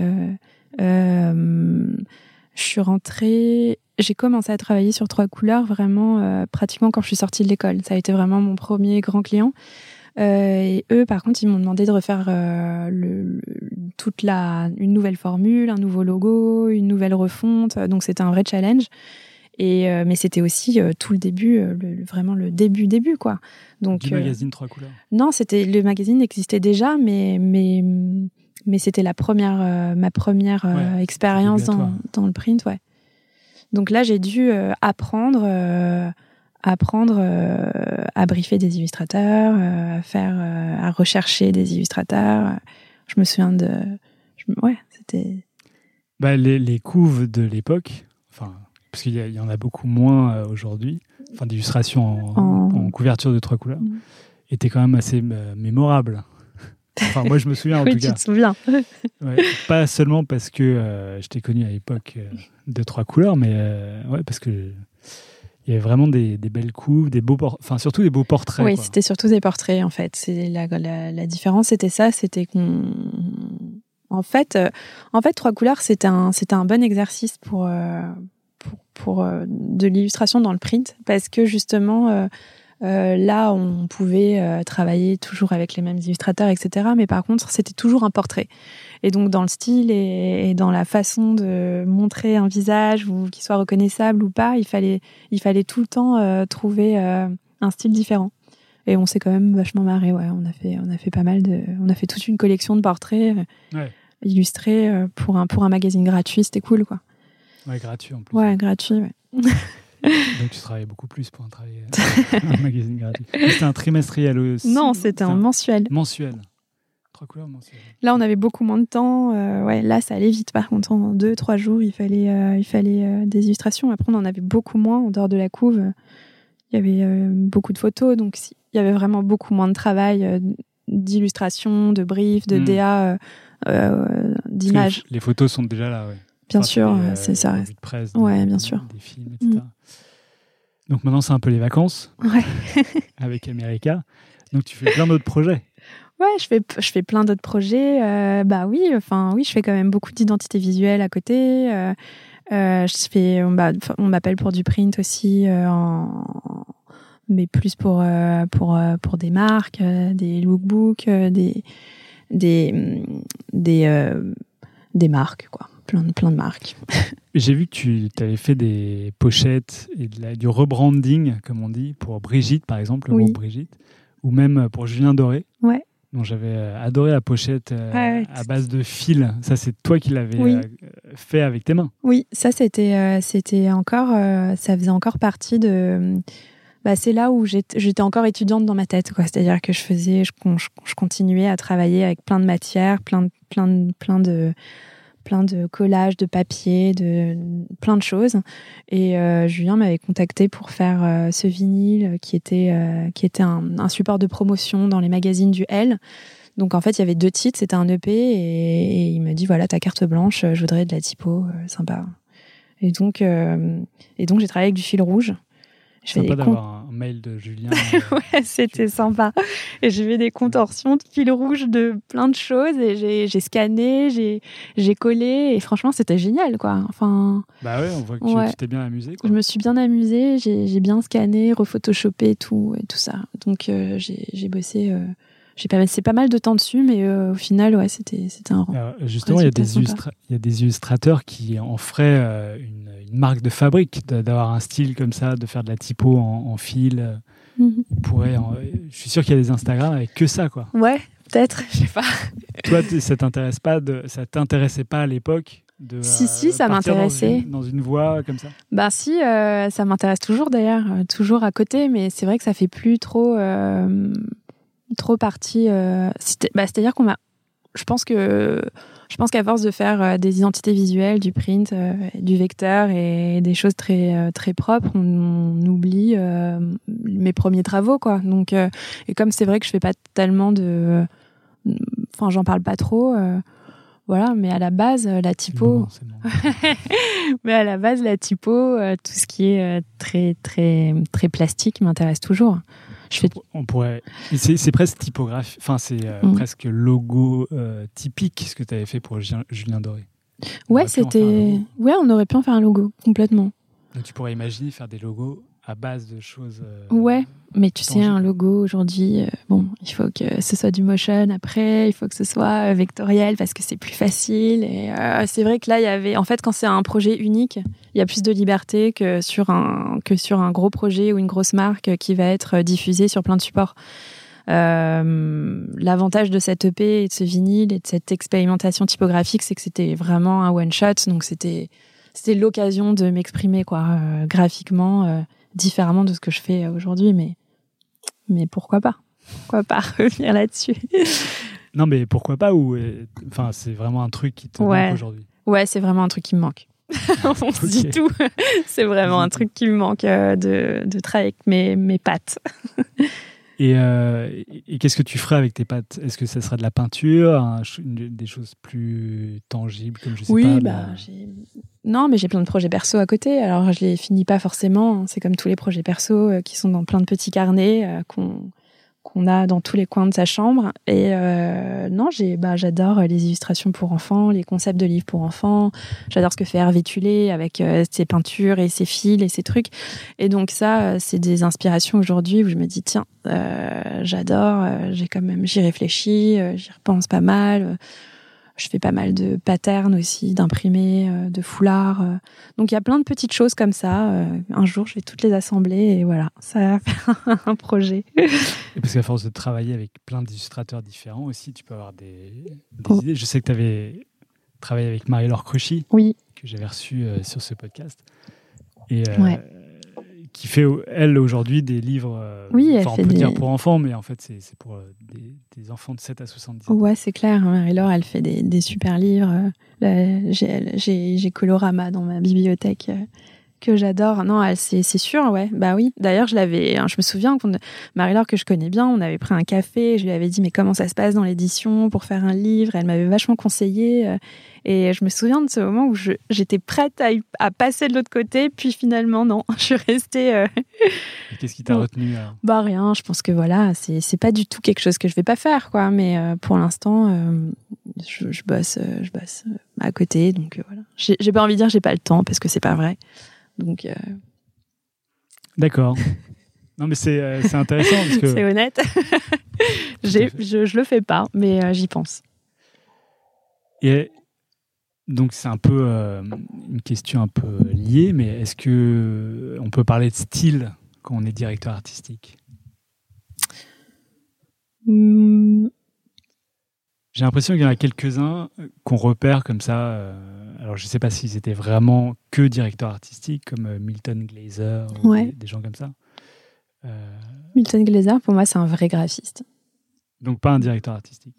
Je suis rentrée... J'ai commencé à travailler sur 3 couleurs vraiment pratiquement quand je suis sortie de l'école. Ça a été vraiment mon premier grand client. Et eux, par contre, ils m'ont demandé de refaire une nouvelle formule, un nouveau logo, une nouvelle refonte. Donc, c'était un vrai challenge. Mais c'était aussi tout le début, vraiment le début, quoi. Donc, du magazine 3 couleurs. Non, le magazine existait déjà, mais c'était ma première expérience dans le print, ouais. Donc là, j'ai dû apprendre à briefer des illustrateurs, à rechercher des illustrateurs. Je me souviens c'était... Les couves de l'époque, parce qu'il y en a beaucoup moins aujourd'hui, d'illustrations en couverture de 3 couleurs, étaient quand même assez mémorables. Moi, je me souviens en tout cas. Oui, tu te souviens. Pas seulement parce que je t'ai connu à l'époque de 3 couleurs, mais parce que il y avait vraiment des belles couves, surtout des beaux portraits. Oui, quoi. C'était surtout des portraits, en fait. La différence, c'était ça, c'était qu'on... En fait, 3 couleurs, c'était un bon exercice pour de l'illustration dans le print, parce que justement, là, on pouvait travailler toujours avec les mêmes illustrateurs, etc. Mais par contre, c'était toujours un portrait. Et donc, dans le style et dans la façon de montrer un visage, ou qu'il soit reconnaissable ou pas, il fallait tout le temps trouver un style différent. Et on s'est quand même vachement marré. Ouais, on a fait pas mal on a fait toute une collection de portraits illustrés pour un magazine gratuit. C'était cool, quoi. Ouais, gratuit en plus. Ouais, gratuit, ouais. Donc tu travaillais beaucoup plus pour un magazine gratuit. C'était un trimestriel aussi? Non, c'était un mensuel. Mensuel. 3 couleurs mensuelles. Là, on avait beaucoup moins de temps. Là, ça allait vite. Par contre, en 2-3 jours, il fallait des illustrations. Après, on en avait beaucoup moins en dehors de la couve. Il y avait beaucoup de photos, donc il y avait vraiment beaucoup moins de travail d'illustration, de brief, de DA, d'images. Les photos sont déjà là, ouais. Bien sûr, c'est ça. Des presse, bien sûr. Des films, etc. Donc maintenant, c'est un peu les vacances avec America. Donc tu fais plein d'autres projets. Ouais, je fais plein d'autres projets. Je fais quand même beaucoup d'identité visuelle à côté. On m'appelle pour du print aussi, mais plus pour des marques, des lookbooks, des marques, quoi. Plein de marques. J'ai vu que tu avais fait des pochettes et du rebranding, comme on dit, pour Brigitte, par exemple, le groupe Brigitte, ou même pour Julien Doré. Ouais. Donc j'avais adoré la pochette à base de fil. Ça, c'est toi qui l'avais fait avec tes mains. Oui, ça c'était encore, ça faisait encore partie de. C'est là où j'étais encore étudiante dans ma tête, quoi. C'est-à-dire que je continuais à travailler avec plein de matières, plein de collages, de papier, plein de choses. Et Julien m'avait contacté pour faire ce vinyle qui était un support de promotion dans les magazines du Elle. Donc en fait, il y avait 2 titres, c'était un EP et il m'a dit voilà, ta carte blanche, je voudrais de la typo, sympa. Et donc j'ai travaillé avec du fil rouge. Sympa d'avoir un mail de Julien. Ouais, c'était sympa. Et j'ai fait des contorsions de fil rouge de plein de choses et j'ai scanné, j'ai collé et franchement, c'était génial, quoi. Enfin. Bah ouais, on voit que tu t'es bien amusé, quoi. Je me suis bien amusée, j'ai bien scanné, refotoshopé tout ça. Donc j'ai bossé. J'ai passé pas mal de temps dessus, mais au final, ouais, c'était un rang. Justement, il y a des illustrateurs qui en feraient une marque de fabrique, d'avoir un style comme ça, de faire de la typo en fil. Je suis sûr qu'il y a des Instagram avec que ça, quoi. Ouais, peut-être, je sais pas. Toi, ça t'intéressait pas à l'époque de Si, ça m'intéressait. Dans une voie comme ça. Si, ça m'intéresse toujours d'ailleurs, toujours à côté, mais c'est vrai que ça fait plus trop partie. C'est-à-dire je pense qu'à force de faire des identités visuelles, du print, du vecteur et des choses très très propres, on oublie mes premiers travaux, quoi. Donc et comme c'est vrai que je fais pas tellement j'en parle pas trop. Voilà, mais à la base, la typo. Mais à la base, la typo, tout ce qui est très très très plastique m'intéresse toujours. On pourrait. C'est presque typographie. Enfin, c'est presque logo typique ce que tu avais fait pour Julien Doré. Ouais, c'était. Ouais, on aurait pu en faire un logo complètement. Donc, tu pourrais imaginer faire des logos à base de choses. Ouais, mais tu sais, un logo aujourd'hui, il faut que ce soit du motion après, il faut que ce soit vectoriel parce que c'est plus facile. Et c'est vrai que là, il y avait. En fait, quand c'est un projet unique, il y a plus de liberté que sur un gros projet ou une grosse marque qui va être diffusée sur plein de supports. L'avantage de cette EP et de ce vinyle et de cette expérimentation typographique, c'est que c'était vraiment un one shot, donc c'était l'occasion de m'exprimer, quoi, graphiquement, différemment de ce que je fais aujourd'hui, mais pourquoi pas revenir là-dessus. Non, mais pourquoi pas, c'est vraiment un truc qui te manque aujourd'hui. Ouais, c'est vraiment un truc qui me manque. On se dit tout. C'est vraiment un truc qui me manque de travailler avec mes pattes. Et qu'est-ce que tu ferais avec tes pattes ? Est-ce que ça serait de la peinture, des choses plus tangibles, comme je sais pas Non, mais j'ai plein de projets perso à côté. Alors, je les finis pas forcément. C'est comme tous les projets perso qui sont dans plein de petits carnets qu'on a dans tous les coins de sa chambre. Et non, j'adore les illustrations pour enfants, les concepts de livres pour enfants. J'adore ce que fait Hervé Tullet avec ses peintures et ses fils et ses trucs. Et donc ça, c'est des inspirations aujourd'hui où je me dis tiens, j'adore. J'y réfléchis, j'y repense pas mal. Je fais pas mal de patterns aussi, d'imprimés, de foulards. Donc, il y a plein de petites choses comme ça. Un jour, je vais toutes les assembler et voilà, ça va faire un projet. Et parce qu'à force de travailler avec plein d'illustrateurs différents aussi, tu peux avoir des idées. Je sais que tu avais travaillé avec Marie-Laure Cruchy, que j'avais reçue sur ce podcast. Et qui fait, elle, aujourd'hui, des livres, on peut dire pour enfants, mais en fait, c'est pour des enfants de 7 à 70 ans. Ouais, c'est clair. Marie-Laure, elle fait des super livres. J'ai Colorama dans ma bibliothèque Que j'adore. Non, c'est sûr, ouais. Bah oui. D'ailleurs, je me souviens, Marie-Laure, que je connais bien, on avait pris un café. Je lui avais dit, mais comment ça se passe dans l'édition pour faire un livre? Elle m'avait vachement conseillé. Et je me souviens de ce moment où j'étais prête à passer de l'autre côté. Puis finalement, non. Je suis restée... Et qu'est-ce qui t'a retenu alors? Bah rien. Je pense que voilà, c'est pas du tout quelque chose que je vais pas faire, quoi. Mais pour l'instant, je bosse à côté. Donc voilà. J'ai pas envie de dire j'ai pas le temps parce que c'est pas vrai. Donc, D'accord. Non, mais c'est intéressant parce que c'est honnête. Je le fais pas, mais j'y pense. Et donc c'est un peu une question un peu liée, mais est-ce que on peut parler de style quand on est directeur artistique? J'ai l'impression qu'il y en a quelques-uns qu'on repère comme ça. Alors, je ne sais pas s'ils étaient vraiment que directeurs artistiques, comme Milton Glaser ou des gens comme ça. Milton Glaser, pour moi, c'est un vrai graphiste. Donc, pas un directeur artistique.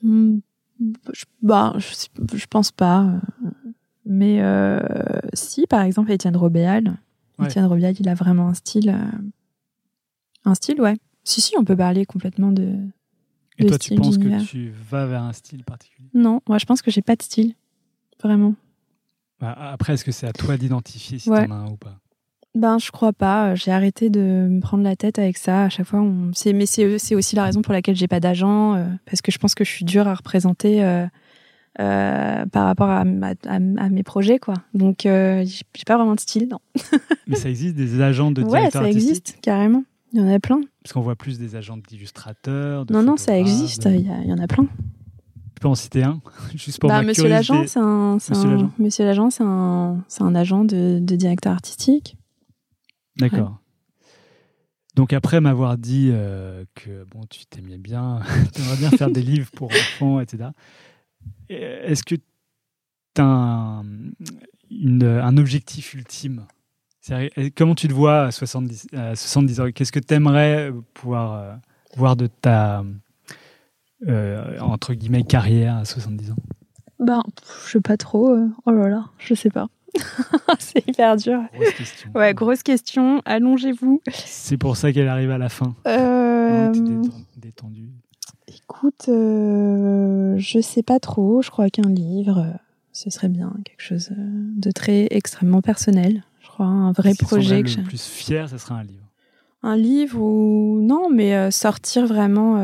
Je pense pas. Mais si, par exemple, Étienne Robial. Ouais. Étienne Robial, il a vraiment un style. Ouais. Si, on peut parler complètement de. Et toi, tu penses que tu vas vers un style particulier? Non, moi, je pense que j'ai pas de style. Vraiment. Après, est-ce que c'est à toi d'identifier si t'en as un ou pas? Je crois pas. J'ai arrêté de me prendre la tête avec ça. À chaque fois, mais c'est aussi la raison pour laquelle j'ai pas d'agent, parce que je pense que je suis dure à représenter par rapport à mes projets, quoi. Donc, j'ai pas vraiment de style, non. Mais ça existe des agents de directeurs artistiques? Ouais, ça existe, carrément. Il y en a plein. Parce qu'on voit plus des agents d'illustrateurs. Non, ça existe. Il y en a plein. Tu peux en citer un? Juste pour ma Monsieur curiosité. Monsieur L'Agent, c'est un agent de directeur artistique. D'accord. Ouais. Donc après m'avoir dit que bon, tu t'aimais bien, tu aimerais bien faire des livres pour enfants, etc. Est-ce que tu as un objectif ultime? Comment tu te vois à 70 ans? Qu'est-ce que tu aimerais pouvoir voir de ta entre guillemets carrière à 70 ans? Je sais pas trop. Oh là là, je sais pas. C'est hyper dur. Grosse question. Ouais, grosse question. Allongez-vous. C'est pour ça qu'elle arrive à la fin. Non, détendue. Écoute, je sais pas trop. Je crois qu'un livre, ce serait bien, quelque chose de très extrêmement personnel. Je crois un vrai projet que le plus fier, ça serait un livre. Un livre ou non, mais sortir vraiment.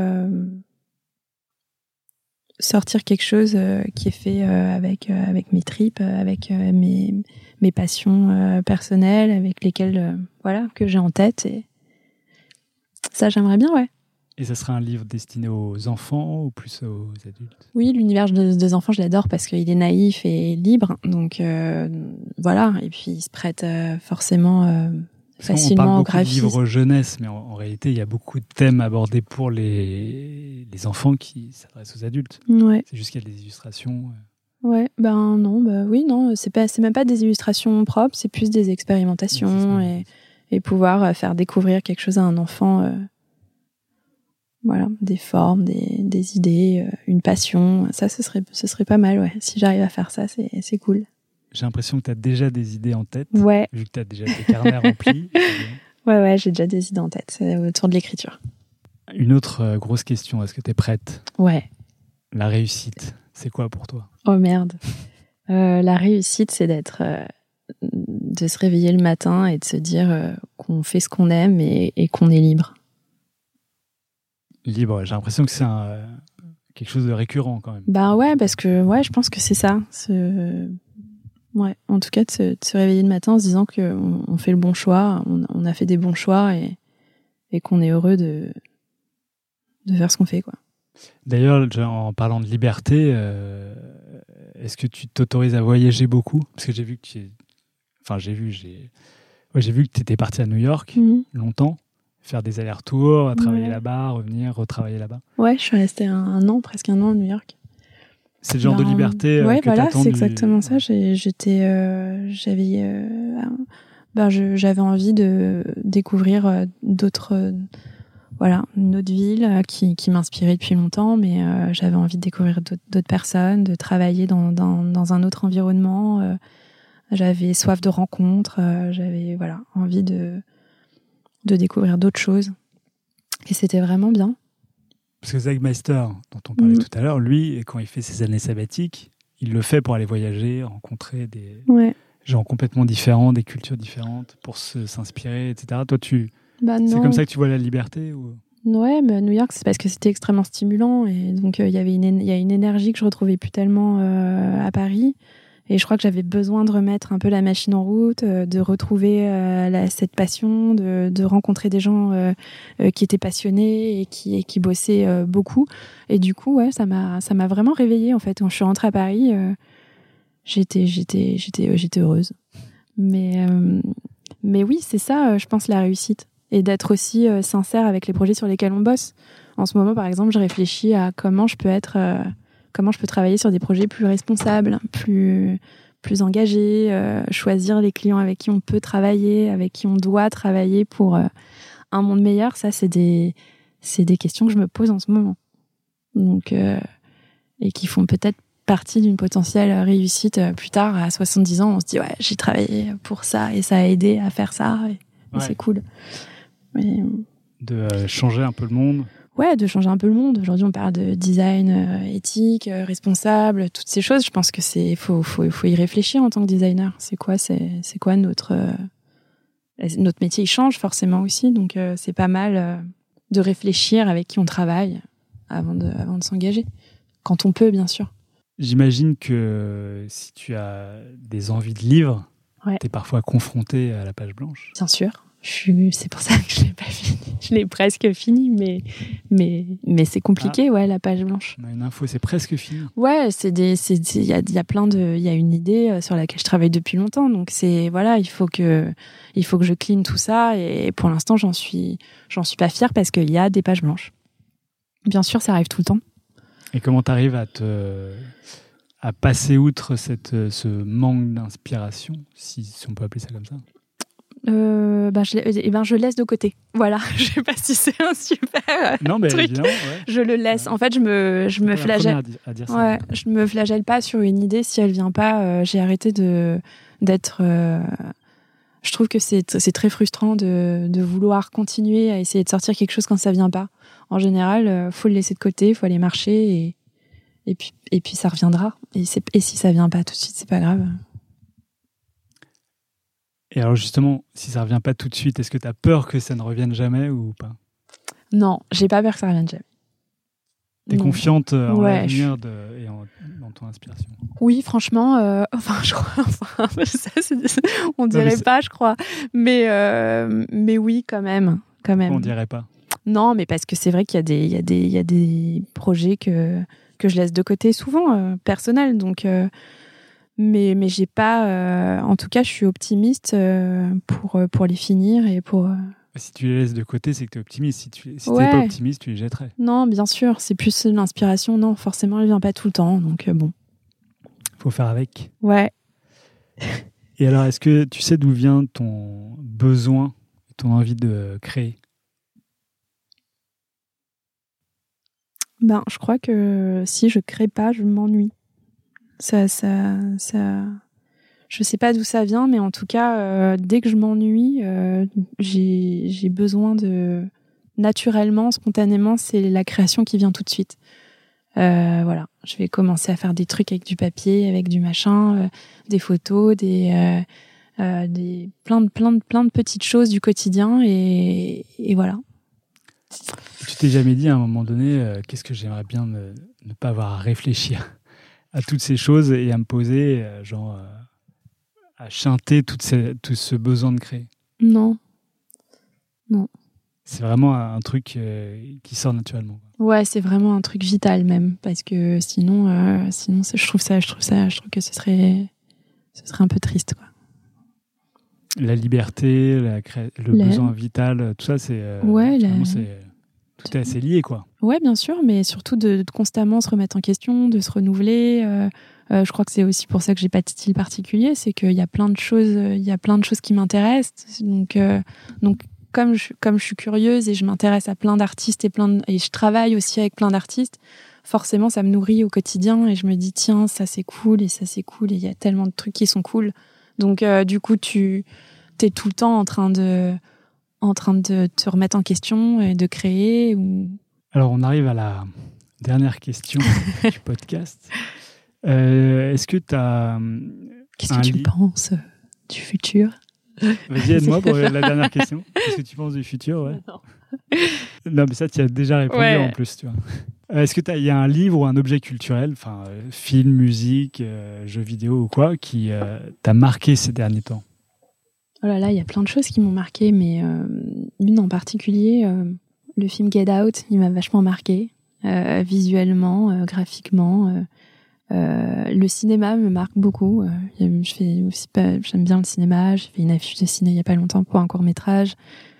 Sortir quelque chose qui est fait avec mes tripes, avec mes passions personnelles, avec lesquelles que j'ai en tête, et ça j'aimerais bien, ouais. Et ça serait un livre destiné aux enfants ou plus aux adultes? Oui, l'univers des enfants, je l'adore parce qu'il est naïf et libre, donc voilà, et puis il se prête forcément facilement on parle au beaucoup de graphisme. livres jeunesse, mais en réalité, il y a beaucoup de thèmes abordés pour les enfants qui s'adressent aux adultes. Ouais. C'est juste qu'il y a des illustrations. Ouais, non, c'est même pas des illustrations propres, c'est plus des expérimentations et pouvoir faire découvrir quelque chose à un enfant. Des formes, des idées, une passion. Ça, ce serait pas mal, ouais. Si j'arrive à faire ça, c'est cool. J'ai l'impression que tu as déjà des idées en tête. Ouais. Vu que tu as déjà tes carnets remplis. Ouais, j'ai déjà des idées en tête autour de l'écriture. Une autre grosse question, est-ce que tu es prête? Ouais. La réussite, c'est quoi pour toi? Oh merde. La réussite, c'est de se réveiller le matin et de se dire qu'on fait ce qu'on aime et qu'on est libre. Libre, j'ai l'impression que c'est quelque chose de récurrent quand même. Ouais, parce que je pense que c'est ça. Ouais, en tout cas, de se réveiller le matin en se disant qu'on fait le bon choix, on a fait des bons choix et qu'on est heureux de faire ce qu'on fait, quoi. D'ailleurs, en parlant de liberté, est-ce que tu t'autorises à voyager beaucoup? Parce que j'ai vu que j'ai vu que tu étais partie à New York longtemps, faire des allers-retours, travailler là-bas, revenir, retravailler là-bas. Ouais, je suis restée presque un an à New York. C'est le genre de liberté que t'attends. C'est exactement ça. J'avais envie de découvrir une autre ville qui m'inspirait depuis longtemps, mais j'avais envie de découvrir d'autres personnes, de travailler dans un autre environnement, J'avais soif de rencontres, j'avais envie de découvrir d'autres choses. Et c'était vraiment bien. Parce que Zach Meister, dont on parlait tout à l'heure, lui, quand il fait ses années sabbatiques, il le fait pour aller voyager, rencontrer des gens complètement différents, des cultures différentes, pour s'inspirer, etc. Toi, c'est comme ça que tu vois la liberté ou... Ouais, mais à New York, c'est parce que c'était extrêmement stimulant. Et donc, il y a une énergie que je retrouvais plus tellement à Paris. Et je crois que j'avais besoin de remettre un peu la machine en route, de retrouver cette passion, de rencontrer des gens qui étaient passionnés et qui bossaient beaucoup. Et du coup, ça m'a vraiment réveillée, en fait. Quand je suis rentrée à Paris, j'étais heureuse. Mais oui, c'est ça, je pense, la réussite. Et d'être aussi sincère avec les projets sur lesquels on bosse. En ce moment, par exemple, je réfléchis à comment je peux travailler sur des projets plus responsables, plus engagés, choisir les clients avec qui on peut travailler, avec qui on doit travailler pour un monde meilleur. Ça, c'est des questions que je me pose en ce moment. Donc, et qui font peut-être partie d'une potentielle réussite plus tard, à 70 ans. On se dit, ouais, j'ai travaillé pour ça et ça a aidé à faire ça. Et c'est cool. Mais... De changer un peu le monde. Ouais, de changer un peu le monde. Aujourd'hui, on parle de design éthique, responsable, toutes ces choses. Je pense que faut y réfléchir en tant que designer. C'est quoi notre métier, il change forcément aussi. Donc, c'est pas mal de réfléchir avec qui on travaille avant de s'engager. Quand on peut, bien sûr. J'imagine que si tu as des envies de livres, t'es parfois confronté à la page blanche. Bien sûr. C'est pour ça que je l'ai pas fini. Je l'ai presque fini, mais c'est compliqué, la page blanche. On a une info, c'est presque fini. Ouais, il y a une idée sur laquelle je travaille depuis longtemps, donc il faut que je clean tout ça, et pour l'instant, j'en suis pas fière parce qu'il y a des pages blanches. Bien sûr, ça arrive tout le temps. Et comment t'arrives à passer outre ce manque d'inspiration, si on peut appeler ça comme ça? Je laisse de côté. Voilà, je sais pas si c'est un super truc. Évidemment, je le laisse. En fait, je me flagelle. À dire ça. Je me flagelle pas sur une idée si elle vient pas. J'ai arrêté d'être. Je trouve que c'est très frustrant de vouloir continuer à essayer de sortir quelque chose quand ça vient pas. En général, faut le laisser de côté, faut aller marcher et puis ça reviendra. Et si ça vient pas tout de suite, c'est pas grave. Et alors justement, si ça ne revient pas tout de suite, est-ce que tu as peur que ça ne revienne jamais ou pas? Non, j'ai pas peur que ça ne revienne jamais. Tu es confiante en l'avenir et dans ton inspiration? Oui, franchement, je crois, on dirait pas, je crois. Mais oui, quand même. On dirait pas? Non, mais parce que c'est vrai qu'il y a des projets que je laisse de côté souvent, personnels, donc... Mais j'ai pas... en tout cas, je suis optimiste pour les finir et pour... Si tu les laisses de côté, c'est que tu es optimiste. Si tu n'es pas optimiste, tu les jetterais. Non, bien sûr. C'est plus l'inspiration. Non, forcément, elle vient pas tout le temps. Donc, bon. Faut faire avec. Ouais. Et alors, est-ce que tu sais d'où vient ton besoin, ton envie de créer? Je crois que si je crée pas, je m'ennuie. Ça, je sais pas d'où ça vient, mais en tout cas, dès que je m'ennuie, j'ai besoin naturellement, spontanément, c'est la création qui vient tout de suite. Je vais commencer à faire des trucs avec du papier, avec du machin, des photos, plein de petites choses du quotidien, et voilà. Tu t'es jamais dit à un moment donné, qu'est-ce que j'aimerais bien ne pas avoir à réfléchir à toutes ces choses et à me poser, à chanter tout ce besoin de créer? Non. C'est vraiment un truc qui sort naturellement. Ouais, c'est vraiment un truc vital même, parce que sinon je trouve que ce serait un peu triste, quoi. La liberté, le besoin vital, tout ça, c'est tout est assez lié, quoi. Ouais, bien sûr, mais surtout de constamment se remettre en question, de se renouveler. Je crois que c'est aussi pour ça que j'ai pas de style particulier, c'est qu'il y a plein de choses, qui m'intéressent. Donc comme je suis curieuse et je m'intéresse à plein d'artistes et je travaille aussi avec plein d'artistes, forcément ça me nourrit au quotidien et je me dis tiens, ça c'est cool et il y a tellement de trucs qui sont cool. Donc, du coup, t'es tout le temps en train de te remettre en question et de créer. Alors, on arrive à la dernière question du podcast. Est-ce que tu as... Qu'est-ce que tu penses du futur ? Vas-y, aide-moi pour la dernière question. Qu'est-ce que tu penses du futur ? Ouais. Non, mais ça, tu as déjà répondu en plus, tu vois. Est-ce qu'il y a un livre ou un objet culturel, film, musique, jeu vidéo ou quoi, qui t'a marqué ces derniers temps ? Oh là là, il y a plein de choses qui m'ont marqué, mais une en particulier, le film Get Out, il m'a vachement marqué, visuellement, graphiquement. Le cinéma me marque beaucoup. J'aime bien le cinéma. J'ai fait une affiche de ciné il y a pas longtemps pour un court-métrage.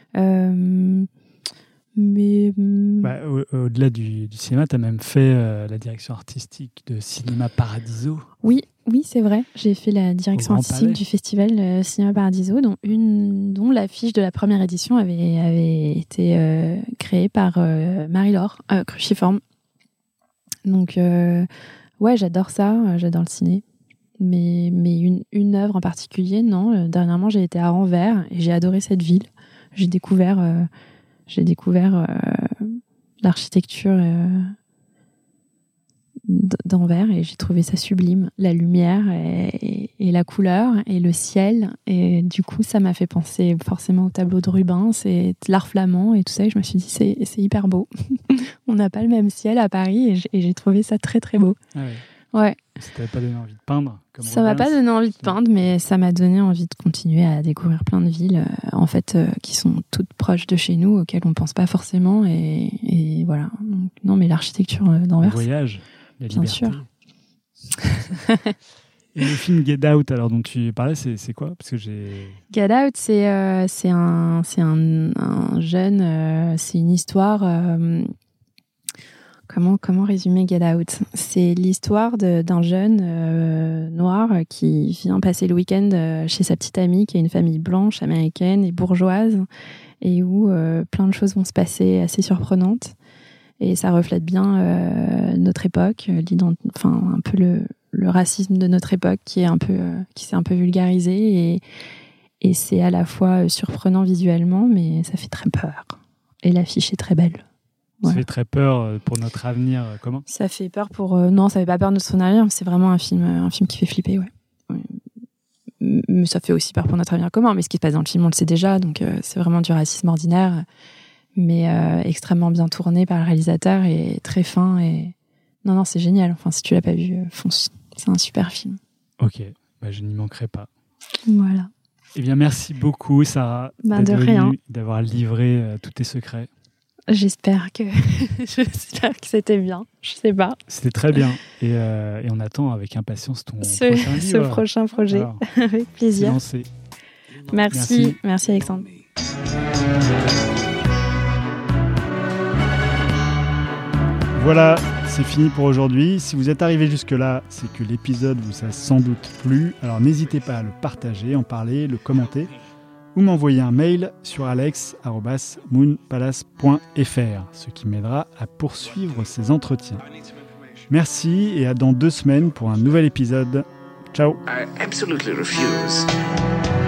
Au-delà du cinéma, tu as même fait la direction artistique de Cinéma Paradiso. Oui, c'est vrai. J'ai fait la direction artistique du festival Cinéma Paradiso, dont l'affiche de la première édition avait été créée par Marie-Laure Cruciforme. Donc, j'adore ça. J'adore le ciné. Mais une œuvre en particulier, non. Dernièrement, j'ai été à Anvers et j'ai adoré cette ville. J'ai découvert l'architecture d'Anvers et j'ai trouvé ça sublime. La lumière et la couleur et le ciel. Et du coup, ça m'a fait penser forcément au tableau de Rubens et de l'art flamand et tout ça. Et je me suis dit, c'est hyper beau. On n'a pas le même ciel à Paris et j'ai trouvé ça très, très beau. Ah oui. Ouais. Ça t'avait pas donné envie de peindre comme Ça m'a pas donné envie de peindre, mais ça m'a donné envie de continuer à découvrir plein de villes, qui sont toutes proches de chez nous, auxquelles on pense pas forcément, et voilà. Donc, non, mais l'architecture d'Anvers. Le voyage, la liberté. Bien sûr. Et le film Get Out, alors dont tu parlais, c'est quoi ? Parce que Get Out, c'est un jeune, c'est une histoire. Comment résumer Get Out ? C'est l'histoire d'un jeune noir qui vient passer le week-end chez sa petite amie qui est une famille blanche, américaine et bourgeoise et où plein de choses vont se passer assez surprenantes. Et ça reflète bien notre époque, un peu le racisme de notre époque qui s'est un peu vulgarisé et c'est à la fois surprenant visuellement, mais ça fait très peur. Et l'affiche est très belle. Ça fait très peur pour notre avenir commun. Ça fait peur non, ça fait pas peur de notre avenir, c'est vraiment un film qui fait flipper, ouais. Mais ça fait aussi peur pour notre avenir commun, mais ce qui se passe dans le film, on le sait déjà, donc c'est vraiment du racisme ordinaire, mais extrêmement bien tourné par le réalisateur et très fin et non, c'est génial. Enfin, si tu l'as pas vu, fonce. C'est un super film. Ok, je n'y manquerai pas. Voilà. Eh bien, merci beaucoup, Sarah, de rien. D'avoir livré tous tes secrets. J'espère que c'était bien. Je sais pas. C'était très bien. Et on attend avec impatience ton prochain livre. Ce prochain projet. Alors, avec plaisir. Merci Alexandre. Voilà, c'est fini pour aujourd'hui. Si vous êtes arrivé jusque-là, c'est que l'épisode vous a sans doute plu. Alors n'hésitez pas à le partager, en parler, le commenter ou m'envoyer un mail sur alex@moonpalace.fr, ce qui m'aidera à poursuivre ces entretiens. Merci et à dans 2 semaines pour un nouvel épisode. Ciao. I absolutely refuse